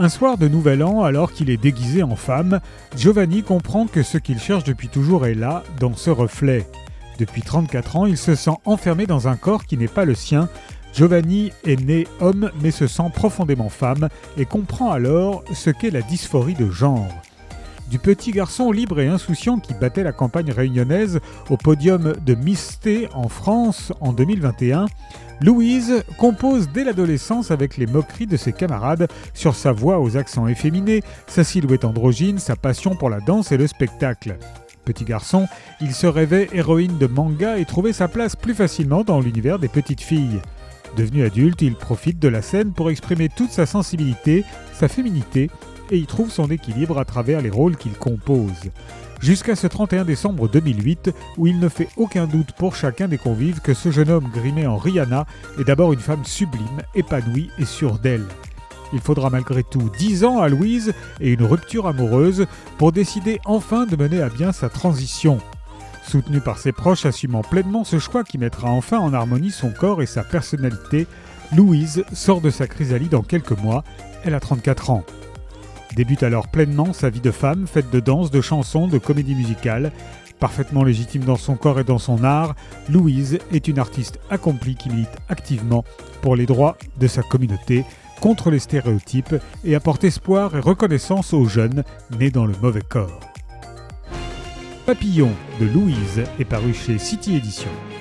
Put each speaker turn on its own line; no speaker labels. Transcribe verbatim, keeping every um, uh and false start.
Un soir de Nouvel An, alors qu'il est déguisé en femme, Giovanni comprend que ce qu'il cherche depuis toujours est là, dans ce reflet. Depuis trente-quatre ans, il se sent enfermé dans un corps qui n'est pas le sien. Giovanni est né homme mais se sent profondément femme et comprend alors ce qu'est la dysphorie de genre. Du petit garçon libre et insouciant qui battait la campagne réunionnaise au podium de Miss T en France en deux mille vingt et un, Louise compose dès l'adolescence avec les moqueries de ses camarades sur sa voix aux accents efféminés, sa silhouette androgyne, sa passion pour la danse et le spectacle. Petit garçon, il se rêvait héroïne de manga et trouvait sa place plus facilement dans l'univers des petites filles. Devenu adulte, il profite de la scène pour exprimer toute sa sensibilité, sa féminité, et y trouve son équilibre à travers les rôles qu'il compose. Jusqu'à ce trente et un décembre deux mille huit, où il ne fait aucun doute pour chacun des convives que ce jeune homme grimé en Rihanna est d'abord une femme sublime, épanouie et sûre d'elle. Il faudra malgré tout dix ans à Louise et une rupture amoureuse pour décider enfin de mener à bien sa transition. Soutenue par ses proches assumant pleinement ce choix qui mettra enfin en harmonie son corps et sa personnalité, Louise sort de sa chrysalide en quelques mois, elle a trente-quatre ans. Débute alors pleinement sa vie de femme, faite de danse, de chansons, de comédie musicale. Parfaitement légitime dans son corps et dans son art, Louise est une artiste accomplie qui milite activement pour les droits de sa communauté, contre les stéréotypes et apporte espoir et reconnaissance aux jeunes nés dans le mauvais corps. Papillon de Louise est paru chez City Éditions.